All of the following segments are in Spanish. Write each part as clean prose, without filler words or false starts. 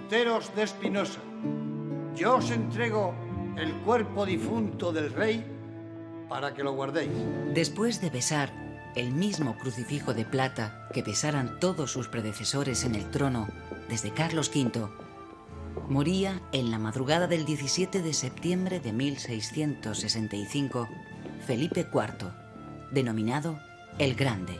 Monteros de Espinosa, yo os entrego el cuerpo difunto del rey para que lo guardéis. Después de besar el mismo crucifijo de plata que besaran todos sus predecesores en el trono desde Carlos V, moría en la madrugada del 17 de septiembre de 1665 Felipe IV, denominado el Grande.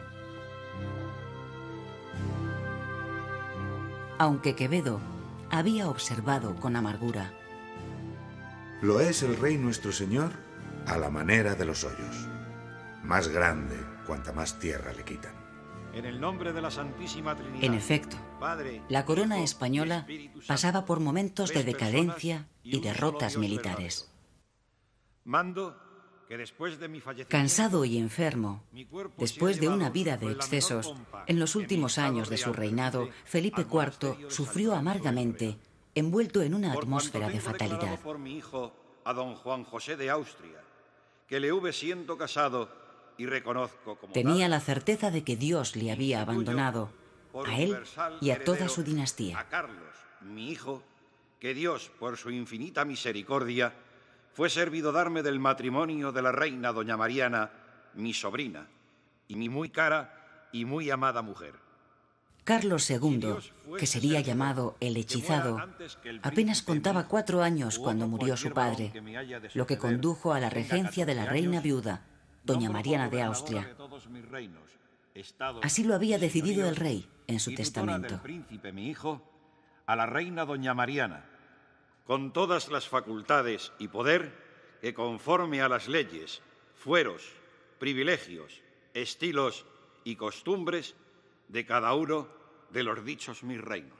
Aunque Quevedo había observado con amargura: lo es el rey nuestro señor a la manera de los hoyos, más grande cuanta más tierra le quitan. En el nombre de la Santísima Trinidad. En efecto, la corona española pasaba por momentos de decadencia y derrotas militares. Mando que después de mi fallecimiento, cansado y enfermo, después de una vida de excesos, en los últimos años de su reinado, Felipe IV sufrió amargamente, envuelto en una atmósfera de fatalidad. Por mi hijo, a don Juan José de Austria, que le hube siendo casado y reconozco como tenía la certeza de que Dios le había abandonado, a él y a toda su dinastía. A Carlos, mi hijo, que Dios, por su infinita misericordia, fue servido darme del matrimonio de la reina doña Mariana, mi sobrina, y mi muy cara y muy amada mujer. Carlos II, que sería llamado el Hechizado, apenas contaba 4 años cuando murió su padre, lo que condujo a la regencia de la reina viuda, doña Mariana de Austria. Así lo había decidido el rey en su testamento. Del príncipe, mi hijo, a la reina doña Mariana, con todas las facultades y poder que conforme a las leyes, fueros, privilegios, estilos y costumbres de cada uno de los dichos mis reinos.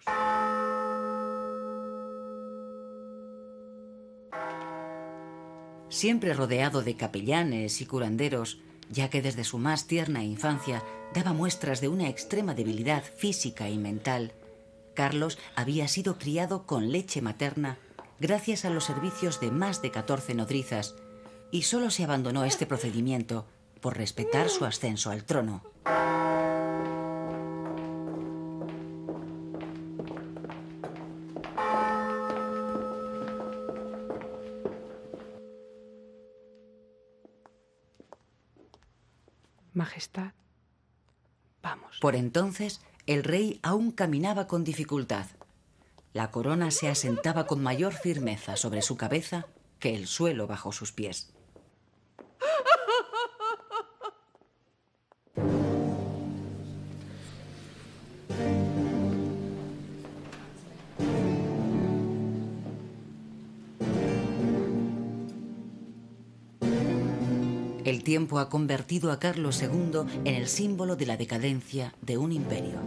Siempre rodeado de capellanes y curanderos, ya que desde su más tierna infancia daba muestras de una extrema debilidad física y mental, Carlos había sido criado con leche materna gracias a los servicios de más de 14 nodrizas, y solo se abandonó este procedimiento por respetar su ascenso al trono. Majestad, vamos. Por entonces, el rey aún caminaba con dificultad. La corona se asentaba con mayor firmeza sobre su cabeza que el suelo bajo sus pies. El tiempo ha convertido a Carlos II en el símbolo de la decadencia de un imperio.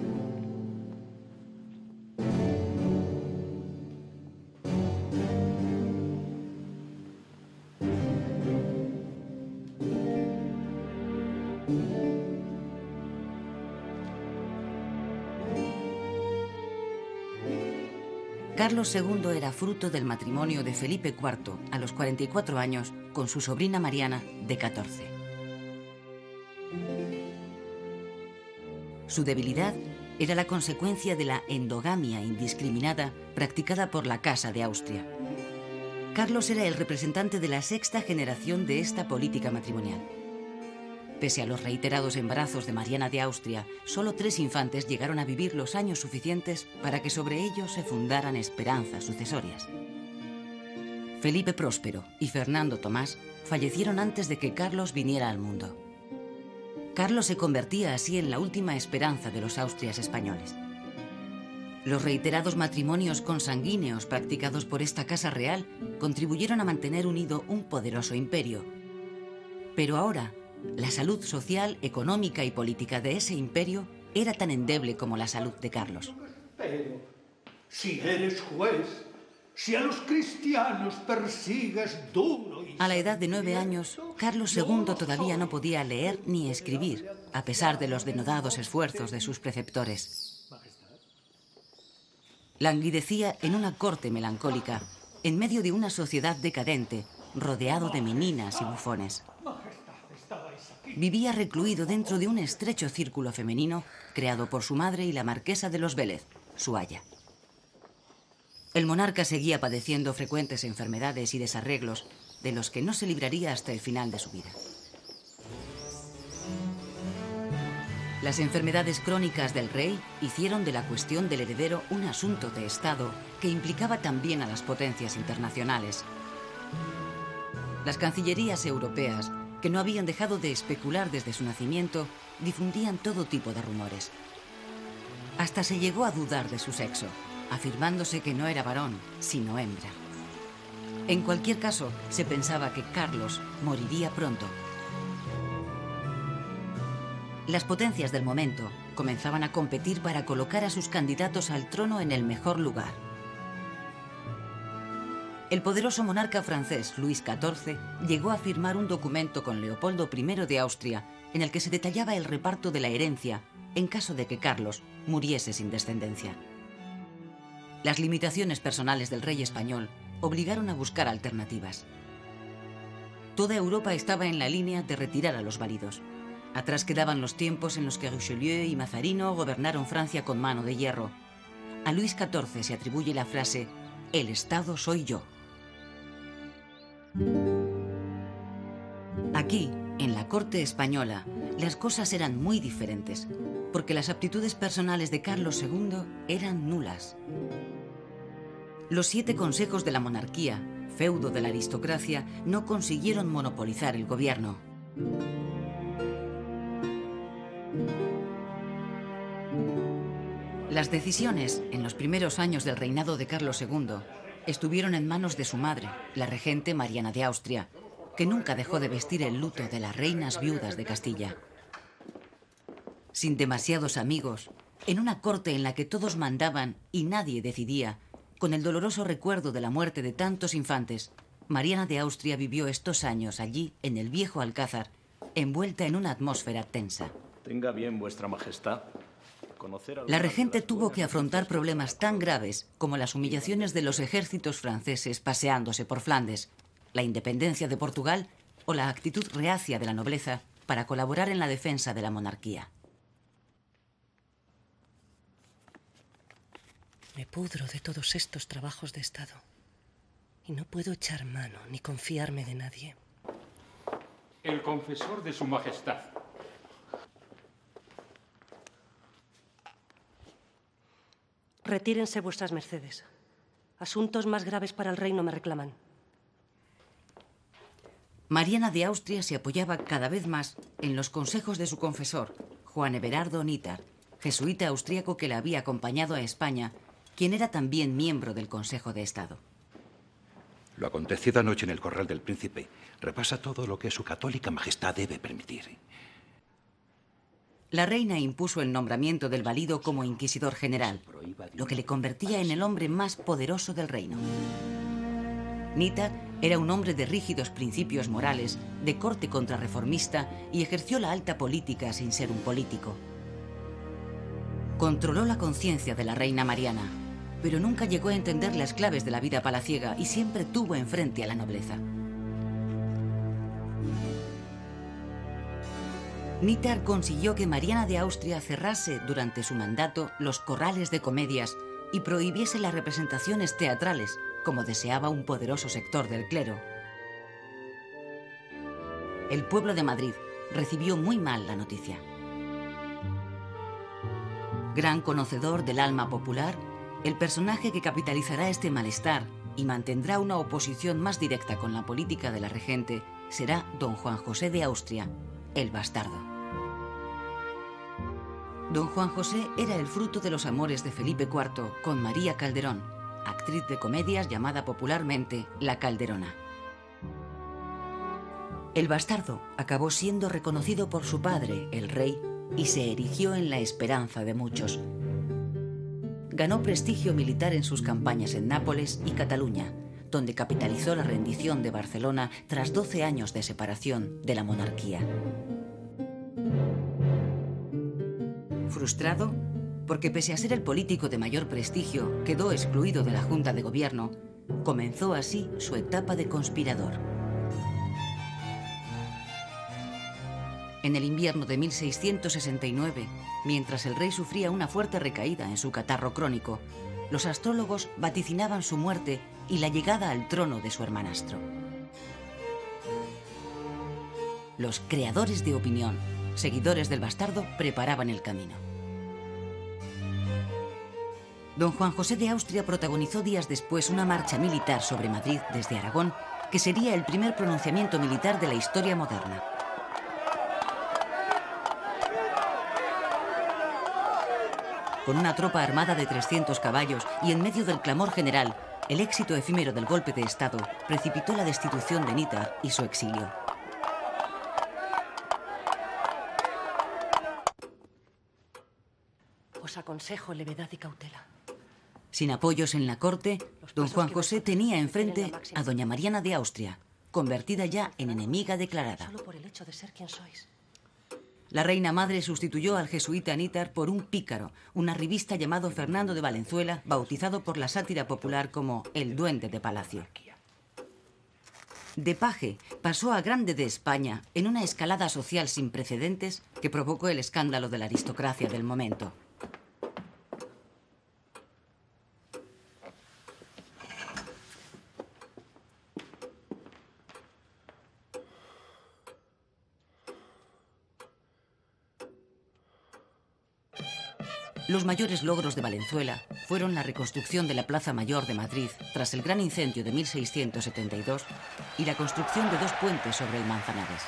Carlos II era fruto del matrimonio de Felipe IV a los 44 años con su sobrina Mariana, de 14. Su debilidad era la consecuencia de la endogamia indiscriminada practicada por la Casa de Austria. Carlos era el representante de la 6ª generación de esta política matrimonial. Pese a los reiterados embarazos de Mariana de Austria, solo 3 infantes llegaron a vivir los años suficientes para que sobre ellos se fundaran esperanzas sucesorias. Felipe Próspero y Fernando Tomás fallecieron antes de que Carlos viniera al mundo. Carlos se convertía así en la última esperanza de los Austrias españoles. Los reiterados matrimonios consanguíneos practicados por esta casa real contribuyeron a mantener unido un poderoso imperio. Pero ahora, la salud social, económica y política de ese imperio era tan endeble como la salud de Carlos. Pero, si eres juez, si a los cristianos persigues duro y... A la edad de 9 años, Carlos II todavía no podía leer ni escribir, a pesar de los denodados esfuerzos de sus preceptores. Languidecía en una corte melancólica, en medio de una sociedad decadente, rodeado de meninas y bufones. Vivía recluido dentro de un estrecho círculo femenino creado por su madre y la marquesa de los Vélez, su aya. El monarca seguía padeciendo frecuentes enfermedades y desarreglos de los que no se libraría hasta el final de su vida. Las enfermedades crónicas del rey hicieron de la cuestión del heredero un asunto de Estado que implicaba también a las potencias internacionales. Las cancillerías europeas, que no habían dejado de especular desde su nacimiento, difundían todo tipo de rumores. Hasta se llegó a dudar de su sexo, afirmándose que no era varón, sino hembra. En cualquier caso, se pensaba que Carlos moriría pronto. Las potencias del momento comenzaban a competir para colocar a sus candidatos al trono en el mejor lugar. El poderoso monarca francés Luis XIV llegó a firmar un documento con Leopoldo I de Austria en el que se detallaba el reparto de la herencia en caso de que Carlos muriese sin descendencia. Las limitaciones personales del rey español obligaron a buscar alternativas. Toda Europa estaba en la línea de retirar a los válidos. Atrás quedaban los tiempos en los que Richelieu y Mazarino gobernaron Francia con mano de hierro. A Luis XIV se atribuye la frase «El Estado soy yo». Aquí, en la corte española, las cosas eran muy diferentes, porque las aptitudes personales de Carlos II eran nulas. Los 7 consejos de la monarquía, feudo de la aristocracia, no consiguieron monopolizar el gobierno. Las decisiones en los primeros años del reinado de Carlos II estuvieron en manos de su madre, la regente Mariana de Austria, que nunca dejó de vestir el luto de las reinas viudas de Castilla. Sin demasiados amigos, en una corte en la que todos mandaban y nadie decidía, con el doloroso recuerdo de la muerte de tantos infantes, Mariana de Austria vivió estos años allí, en el viejo Alcázar, envuelta en una atmósfera tensa. Tenga bien, vuestra majestad. La regente tuvo que afrontar problemas tan graves como las humillaciones de los ejércitos franceses paseándose por Flandes, la independencia de Portugal o la actitud reacia de la nobleza para colaborar en la defensa de la monarquía. Me pudro de todos estos trabajos de Estado y no puedo echar mano ni confiarme de nadie. El confesor de su majestad. Retírense vuestras mercedes. Asuntos más graves para el reino me reclaman. Mariana de Austria se apoyaba cada vez más en los consejos de su confesor, Juan Everardo Nithard, jesuita austríaco que la había acompañado a España, quien era también miembro del Consejo de Estado. Lo acontecido anoche en el Corral del Príncipe repasa todo lo que su católica majestad debe permitir. La reina impuso el nombramiento del valido como inquisidor general, lo que le convertía en el hombre más poderoso del reino. Nithard era un hombre de rígidos principios morales, de corte contrarreformista y ejerció la alta política sin ser un político. Controló la conciencia de la reina Mariana, pero nunca llegó a entender las claves de la vida palaciega y siempre tuvo enfrente a la nobleza. Nithard consiguió que Mariana de Austria cerrase durante su mandato los corrales de comedias y prohibiese las representaciones teatrales, como deseaba un poderoso sector del clero. El pueblo de Madrid recibió muy mal la noticia. Gran conocedor del alma popular, el personaje que capitalizará este malestar y mantendrá una oposición más directa con la política de la regente será don Juan José de Austria, el bastardo. Don Juan José era el fruto de los amores de Felipe IV con María Calderón, actriz de comedias llamada popularmente La Calderona. El bastardo acabó siendo reconocido por su padre, el rey, y se erigió en la esperanza de muchos. Ganó prestigio militar en sus campañas en Nápoles y Cataluña, donde capitalizó la rendición de Barcelona tras 12 años de separación de la monarquía. Frustrado, porque pese a ser el político de mayor prestigio, quedó excluido de la Junta de Gobierno, comenzó así su etapa de conspirador. En el invierno de 1669, mientras el rey sufría una fuerte recaída en su catarro crónico, los astrólogos vaticinaban su muerte y la llegada al trono de su hermanastro. Los creadores de opinión, seguidores del bastardo, preparaban el camino. Don Juan José de Austria protagonizó días después una marcha militar sobre Madrid desde Aragón, que sería el primer pronunciamiento militar de la historia moderna. Con una tropa armada de 300 caballos y en medio del clamor general, el éxito efímero del golpe de Estado precipitó la destitución de Nítar y su exilio. Os aconsejo levedad y cautela. Sin apoyos en la corte, don Juan José tenía enfrente a doña Mariana de Austria, convertida ya en enemiga declarada. Solo por el hecho de ser quien sois. La reina madre sustituyó al jesuita Nítar por un pícaro, un arribista llamado Fernando de Valenzuela, bautizado por la sátira popular como el Duende de Palacio. De paje pasó a grande de España en una escalada social sin precedentes que provocó el escándalo de la aristocracia del momento. Los mayores logros de Valenzuela fueron la reconstrucción de la Plaza Mayor de Madrid tras el gran incendio de 1672 y la construcción de 2 puentes sobre el Manzanares.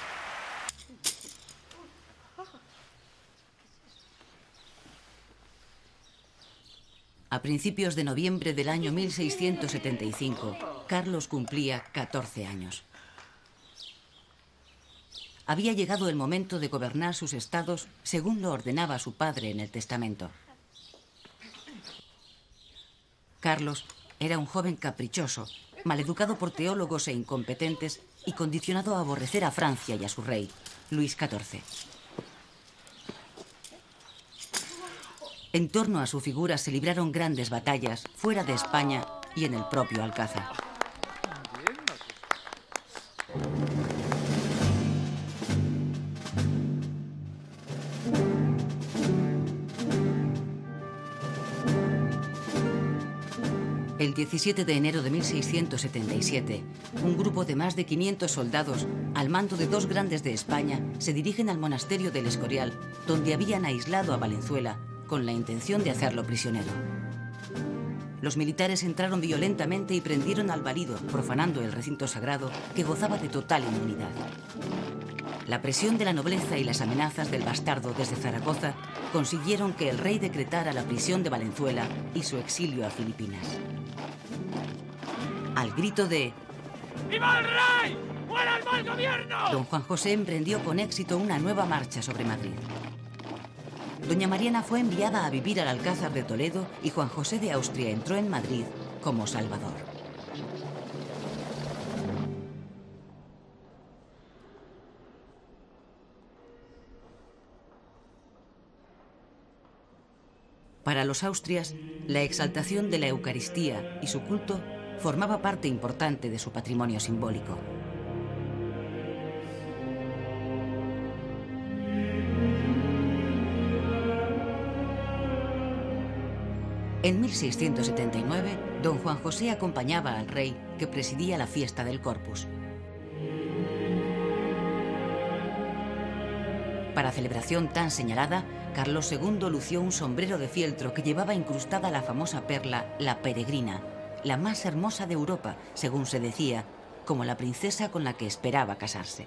A principios de noviembre del año 1675, Carlos cumplía 14 años. Había llegado el momento de gobernar sus estados según lo ordenaba su padre en el testamento. Carlos era un joven caprichoso, maleducado por teólogos e incompetentes y condicionado a aborrecer a Francia y a su rey, Luis XIV. En torno a su figura se libraron grandes batallas fuera de España y en el propio Alcázar. El 17 de enero de 1677, un grupo de más de 500 soldados, al mando de 2 grandes de España, se dirigen al monasterio del Escorial, donde habían aislado a Valenzuela, con la intención de hacerlo prisionero. Los militares entraron violentamente y prendieron al valido, profanando el recinto sagrado, que gozaba de total inmunidad. La presión de la nobleza y las amenazas del bastardo desde Zaragoza consiguieron que el rey decretara la prisión de Valenzuela y su exilio a Filipinas. Al grito de ¡Viva el rey! ¡Fuera el mal gobierno! Don Juan José emprendió con éxito una nueva marcha sobre Madrid. Doña Mariana fue enviada a vivir al Alcázar de Toledo y Juan José de Austria entró en Madrid como salvador. Para los austrias, la exaltación de la Eucaristía y su culto formaba parte importante de su patrimonio simbólico. En 1679, don Juan José acompañaba al rey que presidía la fiesta del Corpus. Para celebración tan señalada, Carlos II lució un sombrero de fieltro que llevaba incrustada la famosa perla, la peregrina, la más hermosa de Europa, según se decía, como la princesa con la que esperaba casarse.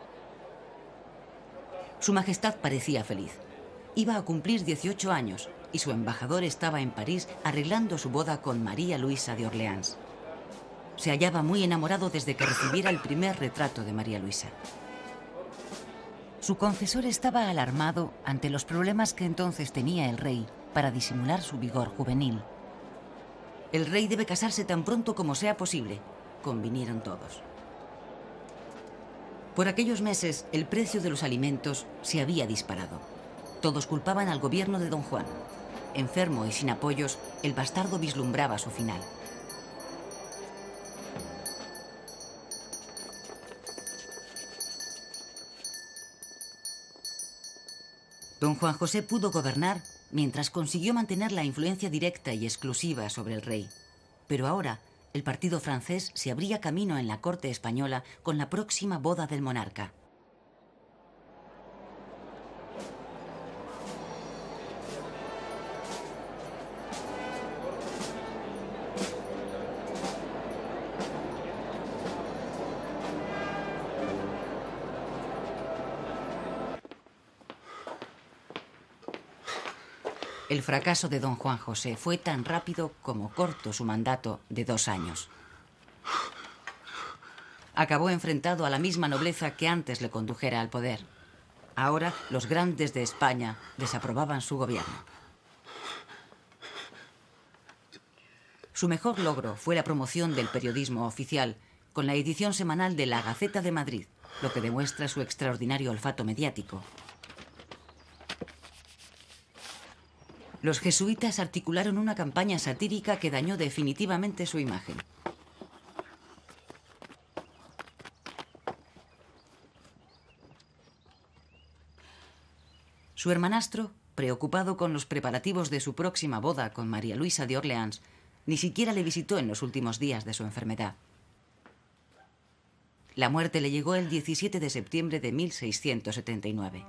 Su Majestad parecía feliz. Iba a cumplir 18 años y su embajador estaba en París arreglando su boda con María Luisa de Orleans. Se hallaba muy enamorado desde que recibiera el primer retrato de María Luisa. Su confesor estaba alarmado ante los problemas que entonces tenía el rey para disimular su vigor juvenil. El rey debe casarse tan pronto como sea posible, convinieron todos. Por aquellos meses, el precio de los alimentos se había disparado. Todos culpaban al gobierno de don Juan. Enfermo y sin apoyos, el bastardo vislumbraba su final. Don Juan José pudo gobernar mientras consiguió mantener la influencia directa y exclusiva sobre el rey. Pero ahora, el partido francés se abría camino en la corte española con la próxima boda del monarca. El fracaso de don Juan José fue tan rápido como corto su mandato de 2 años. Acabó enfrentado a la misma nobleza que antes le condujera al poder. Ahora los grandes de España desaprobaban su gobierno. Su mejor logro fue la promoción del periodismo oficial, con la edición semanal de La Gaceta de Madrid, lo que demuestra su extraordinario olfato mediático. Los jesuitas articularon una campaña satírica que dañó definitivamente su imagen. Su hermanastro, preocupado con los preparativos de su próxima boda con María Luisa de Orleans, ni siquiera le visitó en los últimos días de su enfermedad. La muerte le llegó el 17 de septiembre de 1679.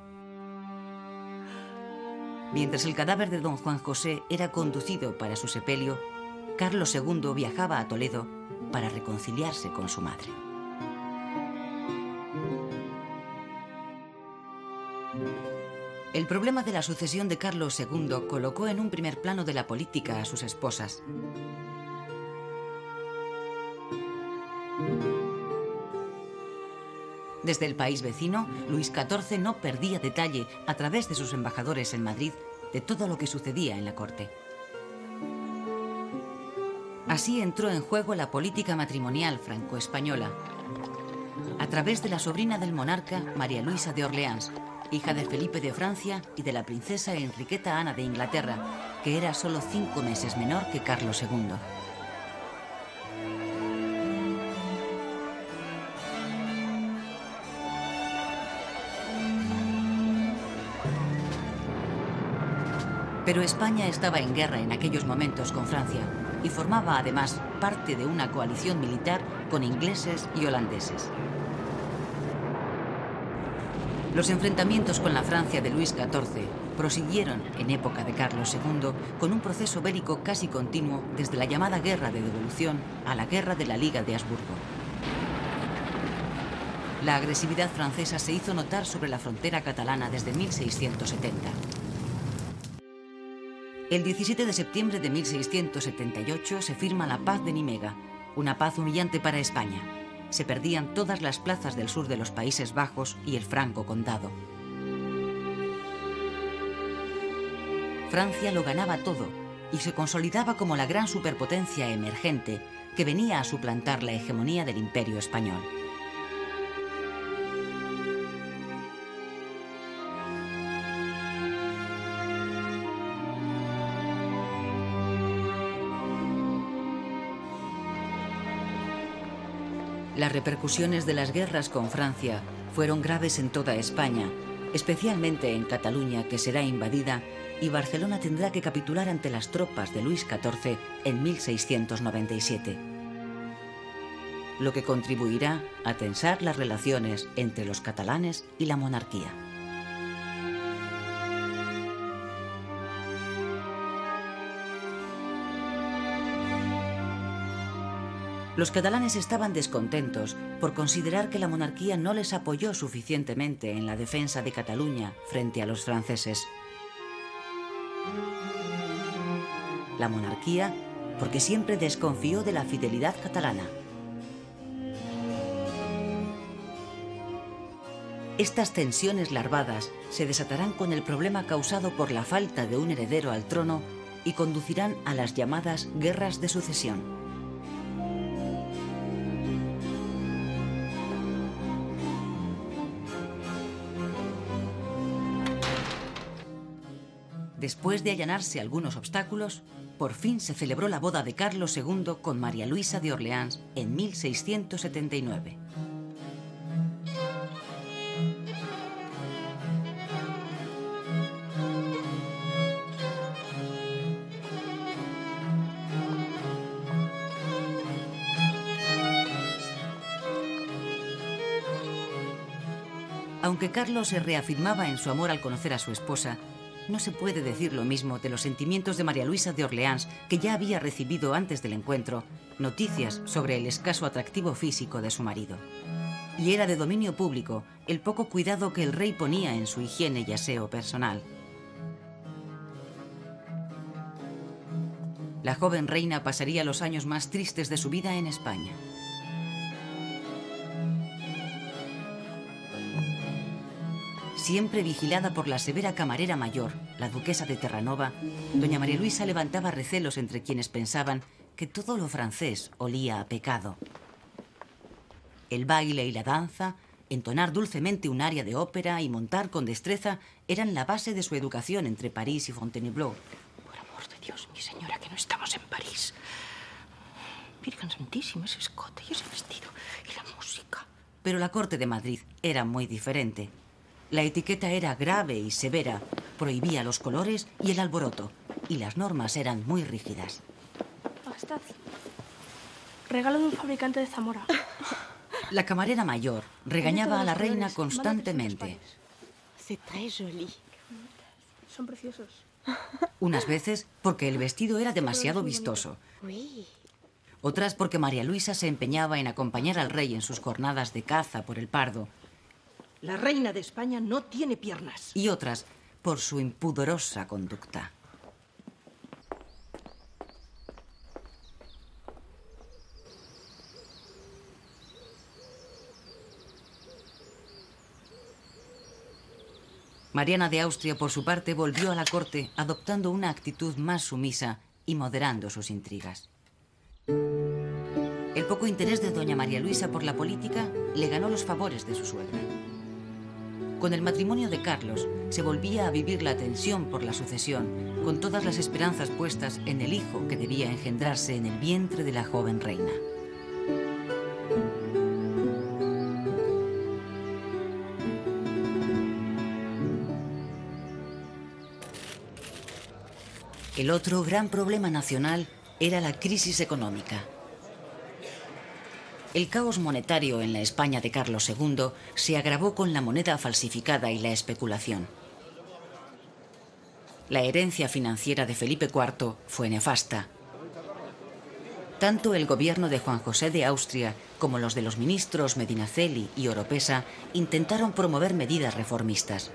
Mientras el cadáver de don Juan José era conducido para su sepelio, Carlos II viajaba a Toledo para reconciliarse con su madre. El problema de la sucesión de Carlos II colocó en un primer plano de la política a sus esposas. Desde el país vecino, Luis XIV no perdía detalle, a través de sus embajadores en Madrid, de todo lo que sucedía en la corte. Así entró en juego la política matrimonial franco-española, a través de la sobrina del monarca, María Luisa de Orleans, hija de Felipe de Francia y de la princesa Enriqueta Ana de Inglaterra, que era solo 5 meses menor que Carlos II. Pero España estaba en guerra en aquellos momentos con Francia y formaba además parte de una coalición militar con ingleses y holandeses. Los enfrentamientos con la Francia de Luis XIV prosiguieron en época de Carlos II con un proceso bélico casi continuo desde la llamada Guerra de Devolución a la Guerra de la Liga de Habsburgo. La agresividad francesa se hizo notar sobre la frontera catalana desde 1670. El 17 de septiembre de 1678 se firma la Paz de Nimega, una paz humillante para España. Se perdían todas las plazas del sur de los Países Bajos y el Franco Condado. Francia lo ganaba todo y se consolidaba como la gran superpotencia emergente que venía a suplantar la hegemonía del Imperio español. Las repercusiones de las guerras con Francia fueron graves en toda España, especialmente en Cataluña, que será invadida, y Barcelona tendrá que capitular ante las tropas de Luis XIV en 1697, lo que contribuirá a tensar las relaciones entre los catalanes y la monarquía. Los catalanes estaban descontentos por considerar que la monarquía no les apoyó suficientemente en la defensa de Cataluña frente a los franceses. La monarquía, porque siempre desconfió de la fidelidad catalana. Estas tensiones larvadas se desatarán con el problema causado por la falta de un heredero al trono y conducirán a las llamadas guerras de sucesión. Después de allanarse algunos obstáculos, por fin se celebró la boda de Carlos II con María Luisa de Orleans en 1679. Aunque Carlos se reafirmaba en su amor al conocer a su esposa, no se puede decir lo mismo de los sentimientos de María Luisa de Orleans, que ya había recibido antes del encuentro noticias sobre el escaso atractivo físico de su marido. Y era de dominio público el poco cuidado que el rey ponía en su higiene y aseo personal. La joven reina pasaría los años más tristes de su vida en España. Siempre vigilada por la severa camarera mayor, la duquesa de Terranova, doña María Luisa levantaba recelos entre quienes pensaban que todo lo francés olía a pecado. El baile y la danza, entonar dulcemente un aria de ópera y montar con destreza eran la base de su educación entre París y Fontainebleau. Por amor de Dios, mi señora, que no estamos en París. Virgen Santísima, ese escote y ese vestido y la música. Pero la corte de Madrid era muy diferente. La etiqueta era grave y severa, prohibía los colores y el alboroto, y las normas eran muy rígidas. Majestad, regalo de un fabricante de Zamora. La camarera mayor regañaba a la reina constantemente. C'est très joli. Son preciosos. Unas veces porque el vestido era demasiado vistoso. Otras porque María Luisa se empeñaba en acompañar al rey en sus jornadas de caza por el Pardo. La reina de España no tiene piernas. Y otras por su impudorosa conducta. Mariana de Austria, por su parte, volvió a la corte adoptando una actitud más sumisa y moderando sus intrigas. El poco interés de doña María Luisa por la política le ganó los favores de su suegra. Con el matrimonio de Carlos se volvía a vivir la tensión por la sucesión, con todas las esperanzas puestas en el hijo que debía engendrarse en el vientre de la joven reina. El otro gran problema nacional era la crisis económica. El caos monetario en la España de Carlos II se agravó con la moneda falsificada y la especulación. La herencia financiera de Felipe IV fue nefasta. Tanto el gobierno de Juan José de Austria como los de los ministros Medinaceli y Oropesa intentaron promover medidas reformistas.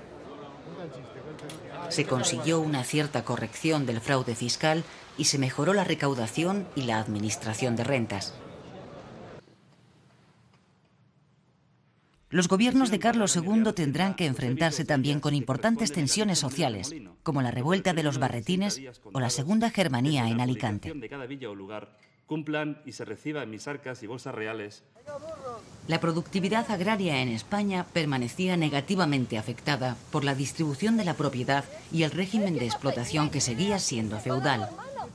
Se consiguió una cierta corrección del fraude fiscal y se mejoró la recaudación y la administración de rentas. Los gobiernos de Carlos II tendrán que enfrentarse también con importantes tensiones sociales, como la revuelta de los barretines o la Segunda Germanía en Alicante. Cumplan y se reciba en mis arcas y bolsas reales. La productividad agraria en España permanecía negativamente afectada por la distribución de la propiedad y el régimen de explotación que seguía siendo feudal.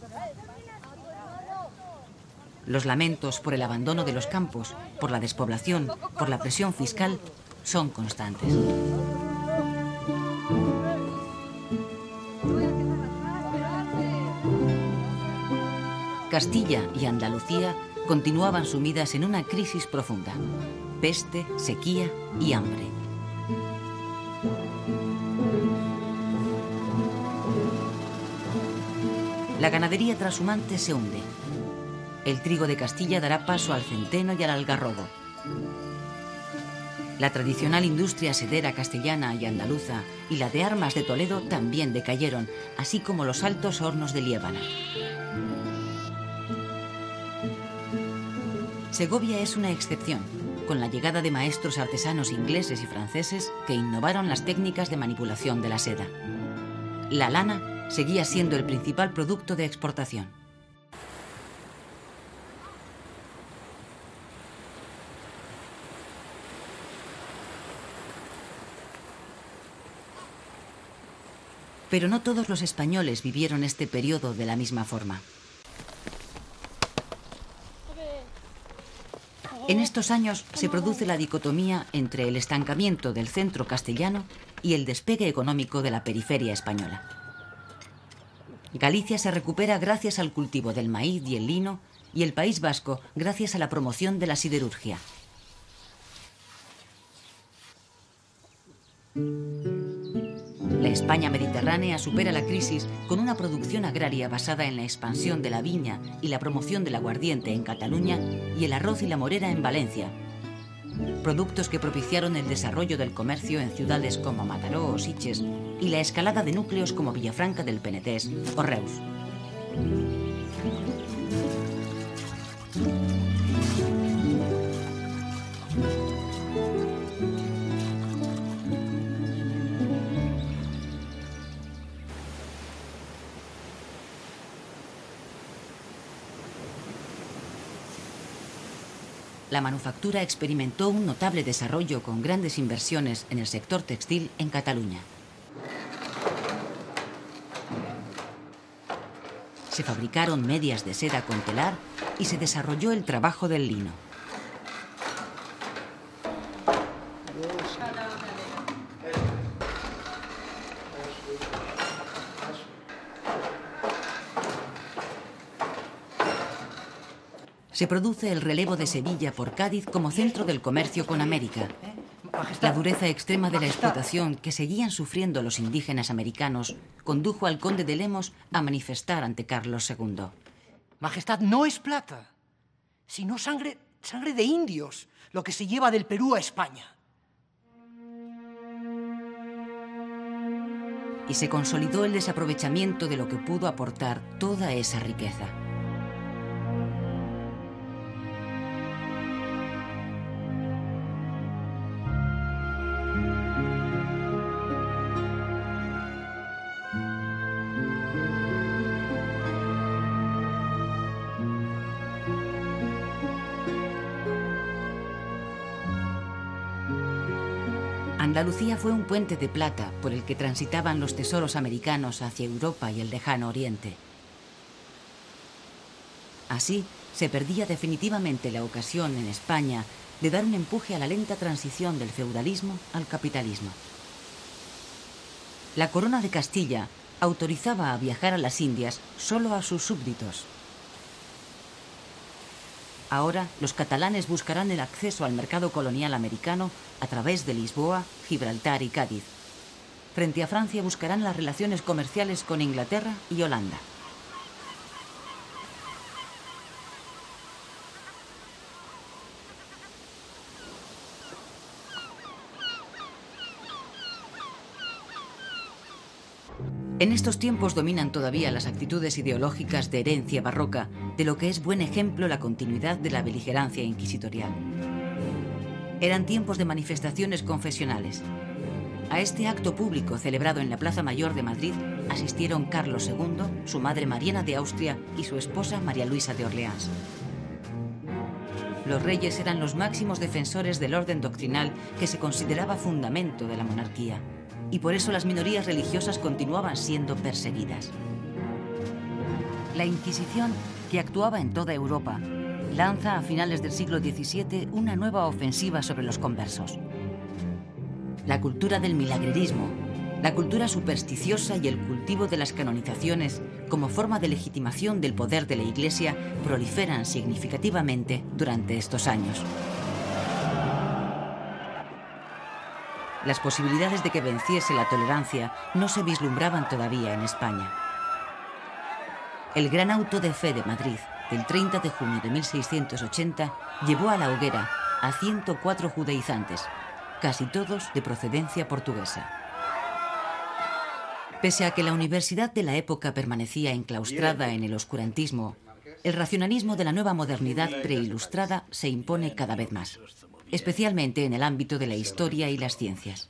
Los lamentos por el abandono de los campos, por la despoblación, por la presión fiscal, son constantes. Castilla y Andalucía continuaban sumidas en una crisis profunda: peste, sequía y hambre. La ganadería trashumante se hunde. El trigo de Castilla dará paso al centeno y al algarrobo. La tradicional industria sedera castellana y andaluza y la de armas de Toledo también decayeron, así como los altos hornos de Liébana. Segovia es una excepción, con la llegada de maestros artesanos ingleses y franceses que innovaron las técnicas de manipulación de la seda. La lana seguía siendo el principal producto de exportación. Pero no todos los españoles vivieron este periodo de la misma forma. En estos años se produce la dicotomía entre el estancamiento del centro castellano y el despegue económico de la periferia española. Galicia se recupera gracias al cultivo del maíz y el lino, y el País Vasco gracias a la promoción de la siderurgia. La España mediterránea supera la crisis con una producción agraria basada en la expansión de la viña y la promoción del aguardiente en Cataluña y el arroz y la morera en Valencia. Productos que propiciaron el desarrollo del comercio en ciudades como Mataró o Sitges y la escalada de núcleos como Villafranca del Penedès o Reus. La manufactura experimentó un notable desarrollo con grandes inversiones en el sector textil en Cataluña. Se fabricaron medias de seda con telar y se desarrolló el trabajo del lino. Se produce el relevo de Sevilla por Cádiz como centro del comercio con América. La dureza extrema de la explotación que seguían sufriendo los indígenas americanos condujo al conde de Lemos a manifestar ante Carlos II. Majestad, no es plata, sino sangre de indios, lo que se lleva del Perú a España. Y se consolidó el desaprovechamiento de lo que pudo aportar toda esa riqueza. Andalucía fue un puente de plata por el que transitaban los tesoros americanos hacia Europa y el lejano Oriente. Así, se perdía definitivamente la ocasión en España de dar un empuje a la lenta transición del feudalismo al capitalismo. La corona de Castilla autorizaba a viajar a las Indias solo a sus súbditos. Ahora, los catalanes buscarán el acceso al mercado colonial americano a través de Lisboa, Gibraltar y Cádiz. Frente a Francia buscarán las relaciones comerciales con Inglaterra y Holanda. En estos tiempos dominan todavía las actitudes ideológicas de herencia barroca, de lo que es buen ejemplo la continuidad de la beligerancia inquisitorial. Eran tiempos de manifestaciones confesionales. A este acto público celebrado en la Plaza Mayor de Madrid asistieron Carlos II, su madre Mariana de Austria y su esposa María Luisa de Orleans. Los reyes eran los máximos defensores del orden doctrinal que se consideraba fundamento de la monarquía, y por eso las minorías religiosas continuaban siendo perseguidas. La Inquisición, que actuaba en toda Europa, lanza a finales del siglo XVII una nueva ofensiva sobre los conversos. La cultura del milagrerismo, la cultura supersticiosa y el cultivo de las canonizaciones como forma de legitimación del poder de la Iglesia proliferan significativamente durante estos años. Las posibilidades de que venciese la tolerancia no se vislumbraban todavía en España. El gran auto de fe de Madrid, del 30 de junio de 1680, llevó a la hoguera a 104 judaizantes, casi todos de procedencia portuguesa. Pese a que la universidad de la época permanecía enclaustrada en el oscurantismo, el racionalismo de la nueva modernidad preilustrada se impone cada vez más, especialmente en el ámbito de la historia y las ciencias.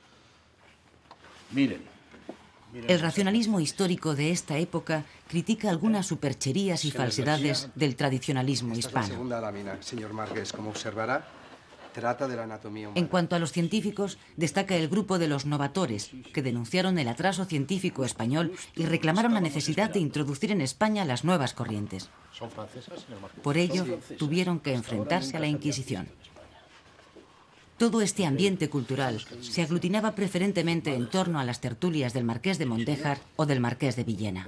El racionalismo histórico de esta época critica algunas supercherías y falsedades del tradicionalismo hispano. La segunda lámina, señor Marqués, como observará, trata de la anatomía humana. En cuanto a los científicos, destaca el grupo de los novatores, que denunciaron el atraso científico español y reclamaron la necesidad de introducir en España las nuevas corrientes. Por ello, tuvieron que enfrentarse a la Inquisición. Todo este ambiente cultural se aglutinaba preferentemente en torno a las tertulias del Marqués de Mondéjar o del Marqués de Villena.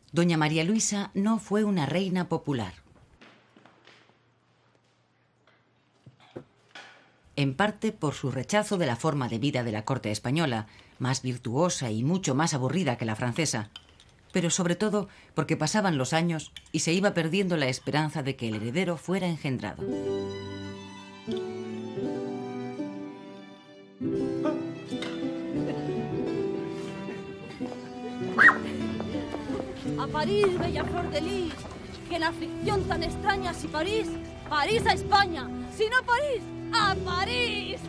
Doña María Luisa no fue una reina popular. En parte por su rechazo de la forma de vida de la corte española, más virtuosa y mucho más aburrida que la francesa, pero sobre todo porque pasaban los años y se iba perdiendo la esperanza de que el heredero fuera engendrado. A París, bella flor de lis, que en aflicción tan extraña, si París, París a España, si no París, ¡a París!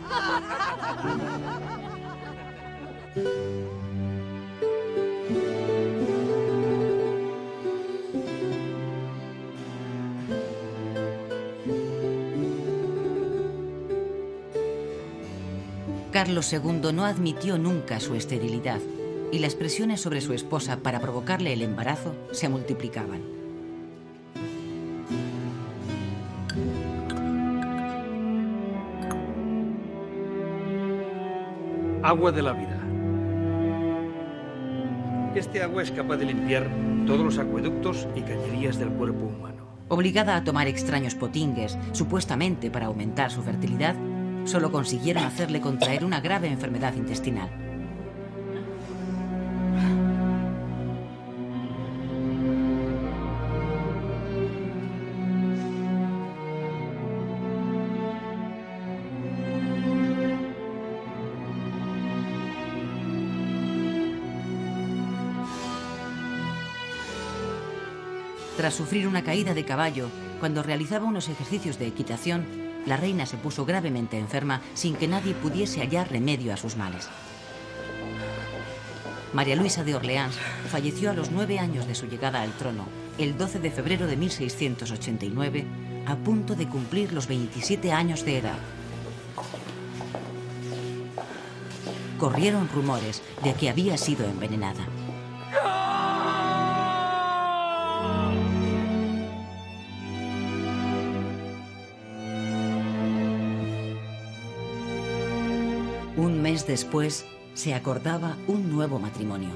Carlos II no admitió nunca su esterilidad y las presiones sobre su esposa para provocarle el embarazo se multiplicaban. Agua de la vida. Este agua es capaz de limpiar todos los acueductos y cañerías del cuerpo humano. Obligada a tomar extraños potingues, supuestamente para aumentar su fertilidad, solo consiguieron hacerle contraer una grave enfermedad intestinal. Tras sufrir una caída de caballo, cuando realizaba unos ejercicios de equitación, la reina se puso gravemente enferma sin que nadie pudiese hallar remedio a sus males. María Luisa de Orleans falleció a los 9 años de su llegada al trono, el 12 de febrero de 1689, a punto de cumplir los 27 años de edad. Corrieron rumores de que había sido envenenada. Un mes después, se acordaba un nuevo matrimonio.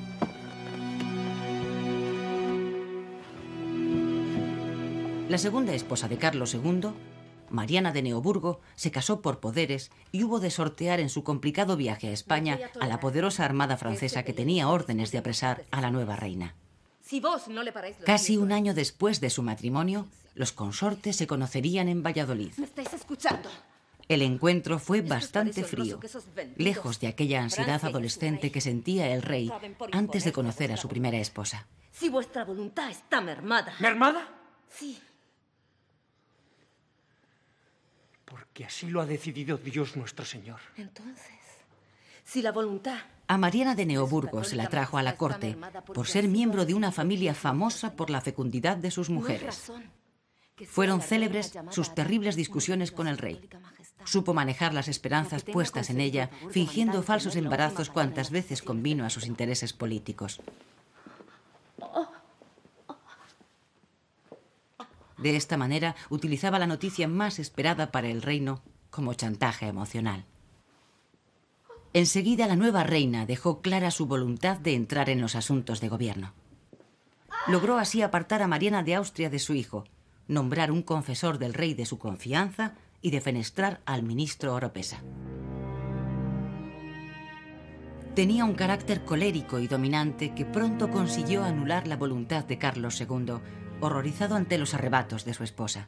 La segunda esposa de Carlos II, Mariana de Neoburgo, se casó por poderes y hubo de sortear en su complicado viaje a España a la poderosa armada francesa que tenía órdenes de apresar a la nueva reina. Casi un año después de su matrimonio, los consortes se conocerían en Valladolid. ¿Me estáis escuchando? El encuentro fue bastante frío, lejos de aquella ansiedad adolescente que sentía el rey antes de conocer a su primera esposa. Si vuestra voluntad está mermada. ¿Mermada? Sí. Porque así lo ha decidido Dios nuestro Señor. Entonces, si la voluntad... A Mariana de Neoburgo se la trajo a la corte por ser miembro de una familia famosa por la fecundidad de sus mujeres. Fueron célebres sus terribles discusiones con el rey. Supo manejar las esperanzas puestas en ella, fingiendo falsos embarazos cuantas veces convino a sus intereses políticos. De esta manera, utilizaba la noticia más esperada para el reino como chantaje emocional. Enseguida, la nueva reina dejó clara su voluntad de entrar en los asuntos de gobierno. Logró así apartar a Mariana de Austria de su hijo, nombrar un confesor del rey de su confianza y defenestrar al ministro Oropesa. Tenía un carácter colérico y dominante que pronto consiguió anular la voluntad de Carlos II, horrorizado ante los arrebatos de su esposa.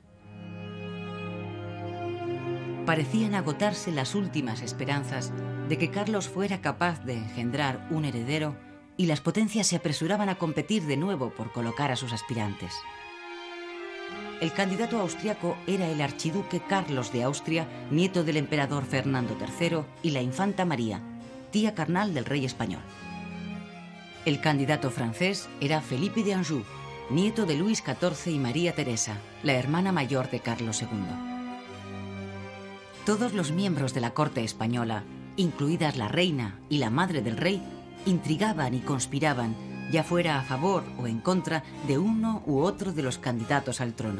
Parecían agotarse las últimas esperanzas de que Carlos fuera capaz de engendrar un heredero y las potencias se apresuraban a competir de nuevo por colocar a sus aspirantes. El candidato austriaco era el archiduque Carlos de Austria, nieto del emperador Fernando III, y la infanta María, tía carnal del rey español. El candidato francés era Felipe de Anjou, nieto de Luis XIV y María Teresa, la hermana mayor de Carlos II. Todos los miembros de la corte española, incluidas la reina y la madre del rey, intrigaban y conspiraban, ya fuera a favor o en contra de uno u otro de los candidatos al trono.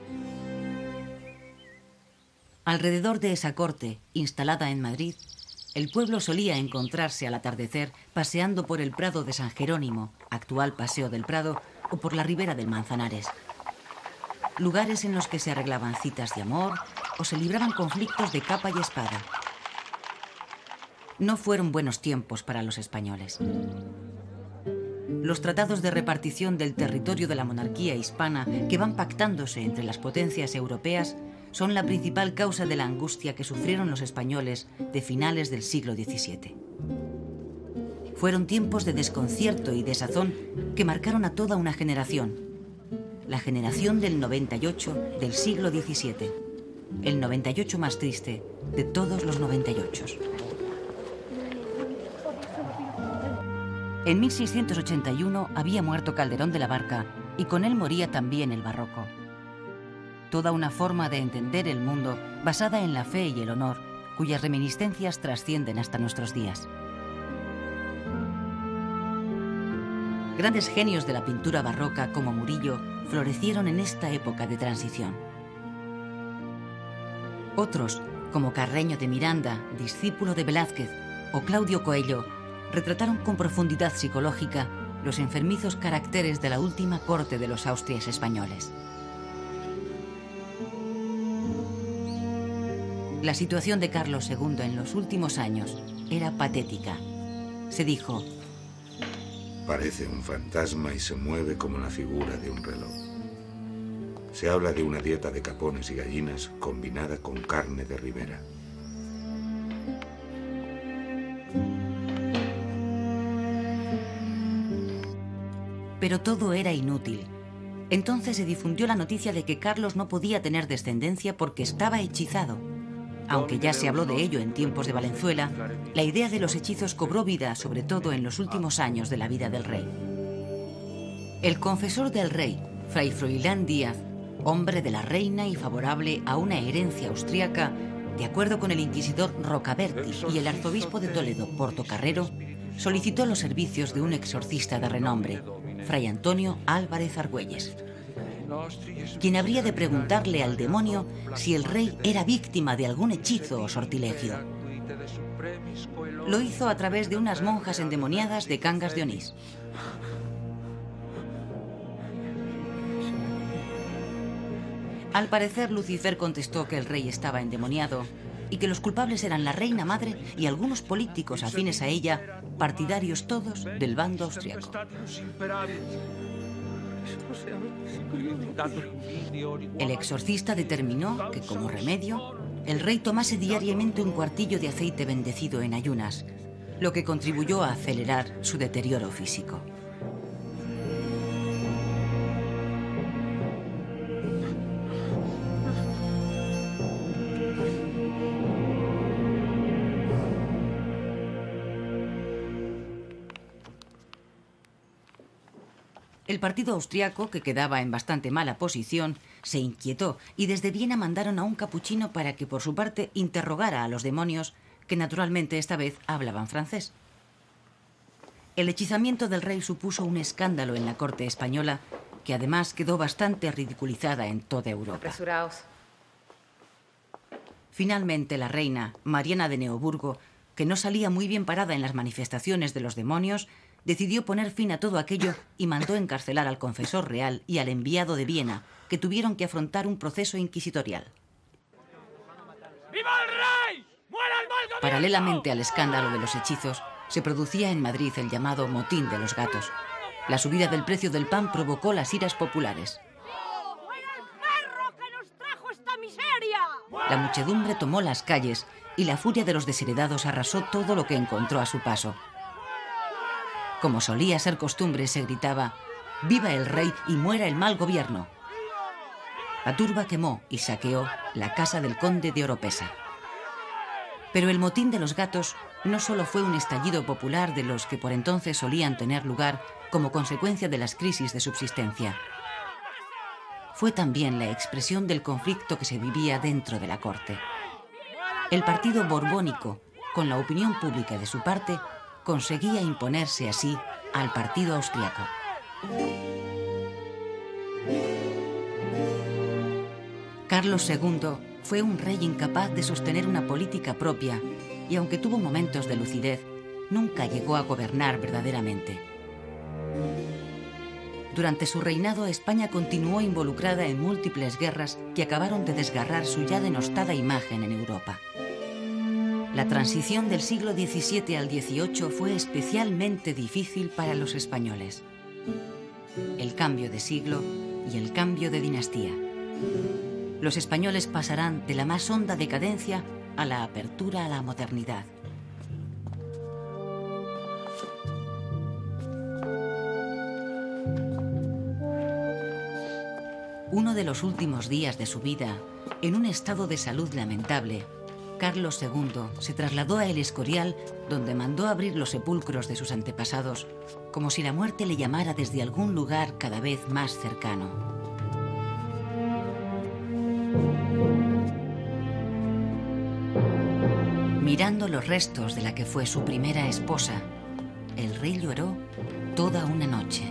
Alrededor de esa corte, instalada en Madrid, el pueblo solía encontrarse al atardecer paseando por el Prado de San Jerónimo, actual Paseo del Prado, o por la ribera del Manzanares. Lugares en los que se arreglaban citas de amor o se libraban conflictos de capa y espada. No fueron buenos tiempos para los españoles. Los tratados de repartición del territorio de la monarquía hispana que van pactándose entre las potencias europeas son la principal causa de la angustia que sufrieron los españoles de finales del siglo XVII. Fueron tiempos de desconcierto y desazón que marcaron a toda una generación. La generación del 98 del siglo XVII. El 98 más triste de todos los 98. En 1681 había muerto Calderón de la Barca y con él moría también el barroco. Toda una forma de entender el mundo basada en la fe y el honor, cuyas reminiscencias trascienden hasta nuestros días. Grandes genios de la pintura barroca como Murillo florecieron en esta época de transición. Otros, como Carreño de Miranda, discípulo de Velázquez, o Claudio Coello, retrataron con profundidad psicológica los enfermizos caracteres de la última corte de los Austrias españoles. La situación de Carlos II en los últimos años era patética. Se dijo: parece un fantasma y se mueve como la figura de un reloj. Se habla de una dieta de capones y gallinas combinada con carne de ribera. Pero todo era inútil. Entonces se difundió la noticia de que Carlos no podía tener descendencia porque estaba hechizado. Aunque ya se habló de ello en tiempos de Valenzuela, la idea de los hechizos cobró vida, sobre todo en los últimos años de la vida del rey. El confesor del rey, Fray Froilán Díaz, hombre de la reina y favorable a una herencia austríaca, de acuerdo con el inquisidor Rocaberti y el arzobispo de Toledo, Portocarrero, solicitó los servicios de un exorcista de renombre, Fray Antonio Álvarez Argüelles, quien habría de preguntarle al demonio si el rey era víctima de algún hechizo o sortilegio. Lo hizo a través de unas monjas endemoniadas de Cangas de Onís. Al parecer, Lucifer contestó que el rey estaba endemoniado y que los culpables eran la reina madre y algunos políticos afines a ella, partidarios todos del bando austriaco. El exorcista determinó que, como remedio, el rey tomase diariamente un cuartillo de aceite bendecido en ayunas, lo que contribuyó a acelerar su deterioro físico. El partido austriaco, que quedaba en bastante mala posición, se inquietó y desde Viena mandaron a un capuchino para que por su parte interrogara a los demonios, que naturalmente esta vez hablaban francés. El hechizamiento del rey supuso un escándalo en la corte española, que además quedó bastante ridiculizada en toda Europa. Apresuraos. Finalmente la reina, Mariana de Neoburgo, que no salía muy bien parada en las manifestaciones de los demonios, decidió poner fin a todo aquello y mandó encarcelar al confesor real y al enviado de Viena, que tuvieron que afrontar un proceso inquisitorial. ¡Viva el rey! ¡Muera el mal gobierno! Paralelamente al escándalo de los hechizos, se producía en Madrid el llamado motín de los gatos. La subida del precio del pan provocó las iras populares. ¡Fuera el perro que nos trajo esta miseria! La muchedumbre tomó las calles y la furia de los desheredados arrasó todo lo que encontró a su paso. Como solía ser costumbre, se gritaba: ¡viva el rey y muera el mal gobierno! La turba quemó y saqueó la casa del conde de Oropesa. Pero el motín de los gatos no solo fue un estallido popular de los que por entonces solían tener lugar como consecuencia de las crisis de subsistencia. Fue también la expresión del conflicto que se vivía dentro de la corte. El partido borbónico, con la opinión pública de su parte, conseguía imponerse así al partido austriaco. Carlos II fue un rey incapaz de sostener una política propia y aunque tuvo momentos de lucidez, nunca llegó a gobernar verdaderamente. Durante su reinado, España continuó involucrada en múltiples guerras que acabaron de desgarrar su ya denostada imagen en Europa. La transición del siglo XVII al XVIII fue especialmente difícil para los españoles. El cambio de siglo y el cambio de dinastía. Los españoles pasarán de la más honda decadencia a la apertura a la modernidad. Uno de los últimos días de su vida, en un estado de salud lamentable, Carlos II se trasladó a El Escorial, donde mandó abrir los sepulcros de sus antepasados, como si la muerte le llamara desde algún lugar cada vez más cercano. Mirando los restos de la que fue su primera esposa, el rey lloró toda una noche.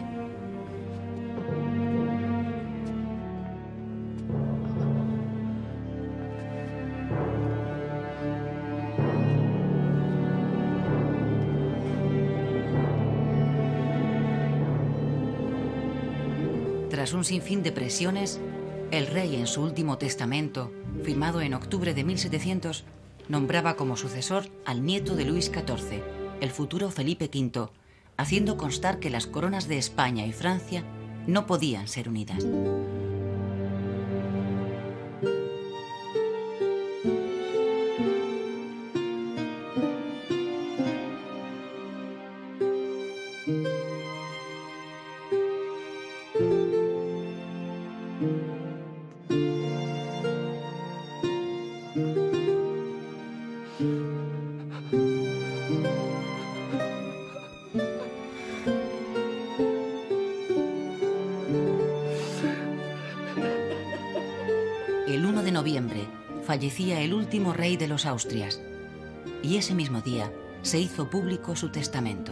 Tras un sinfín de presiones, el rey en su último testamento, firmado en octubre de 1700, nombraba como sucesor al nieto de Luis XIV, el futuro Felipe V, haciendo constar que las coronas de España y Francia no podían ser unidas. El 1 de noviembre fallecía el último rey de los Austrias, y ese mismo día se hizo público su testamento.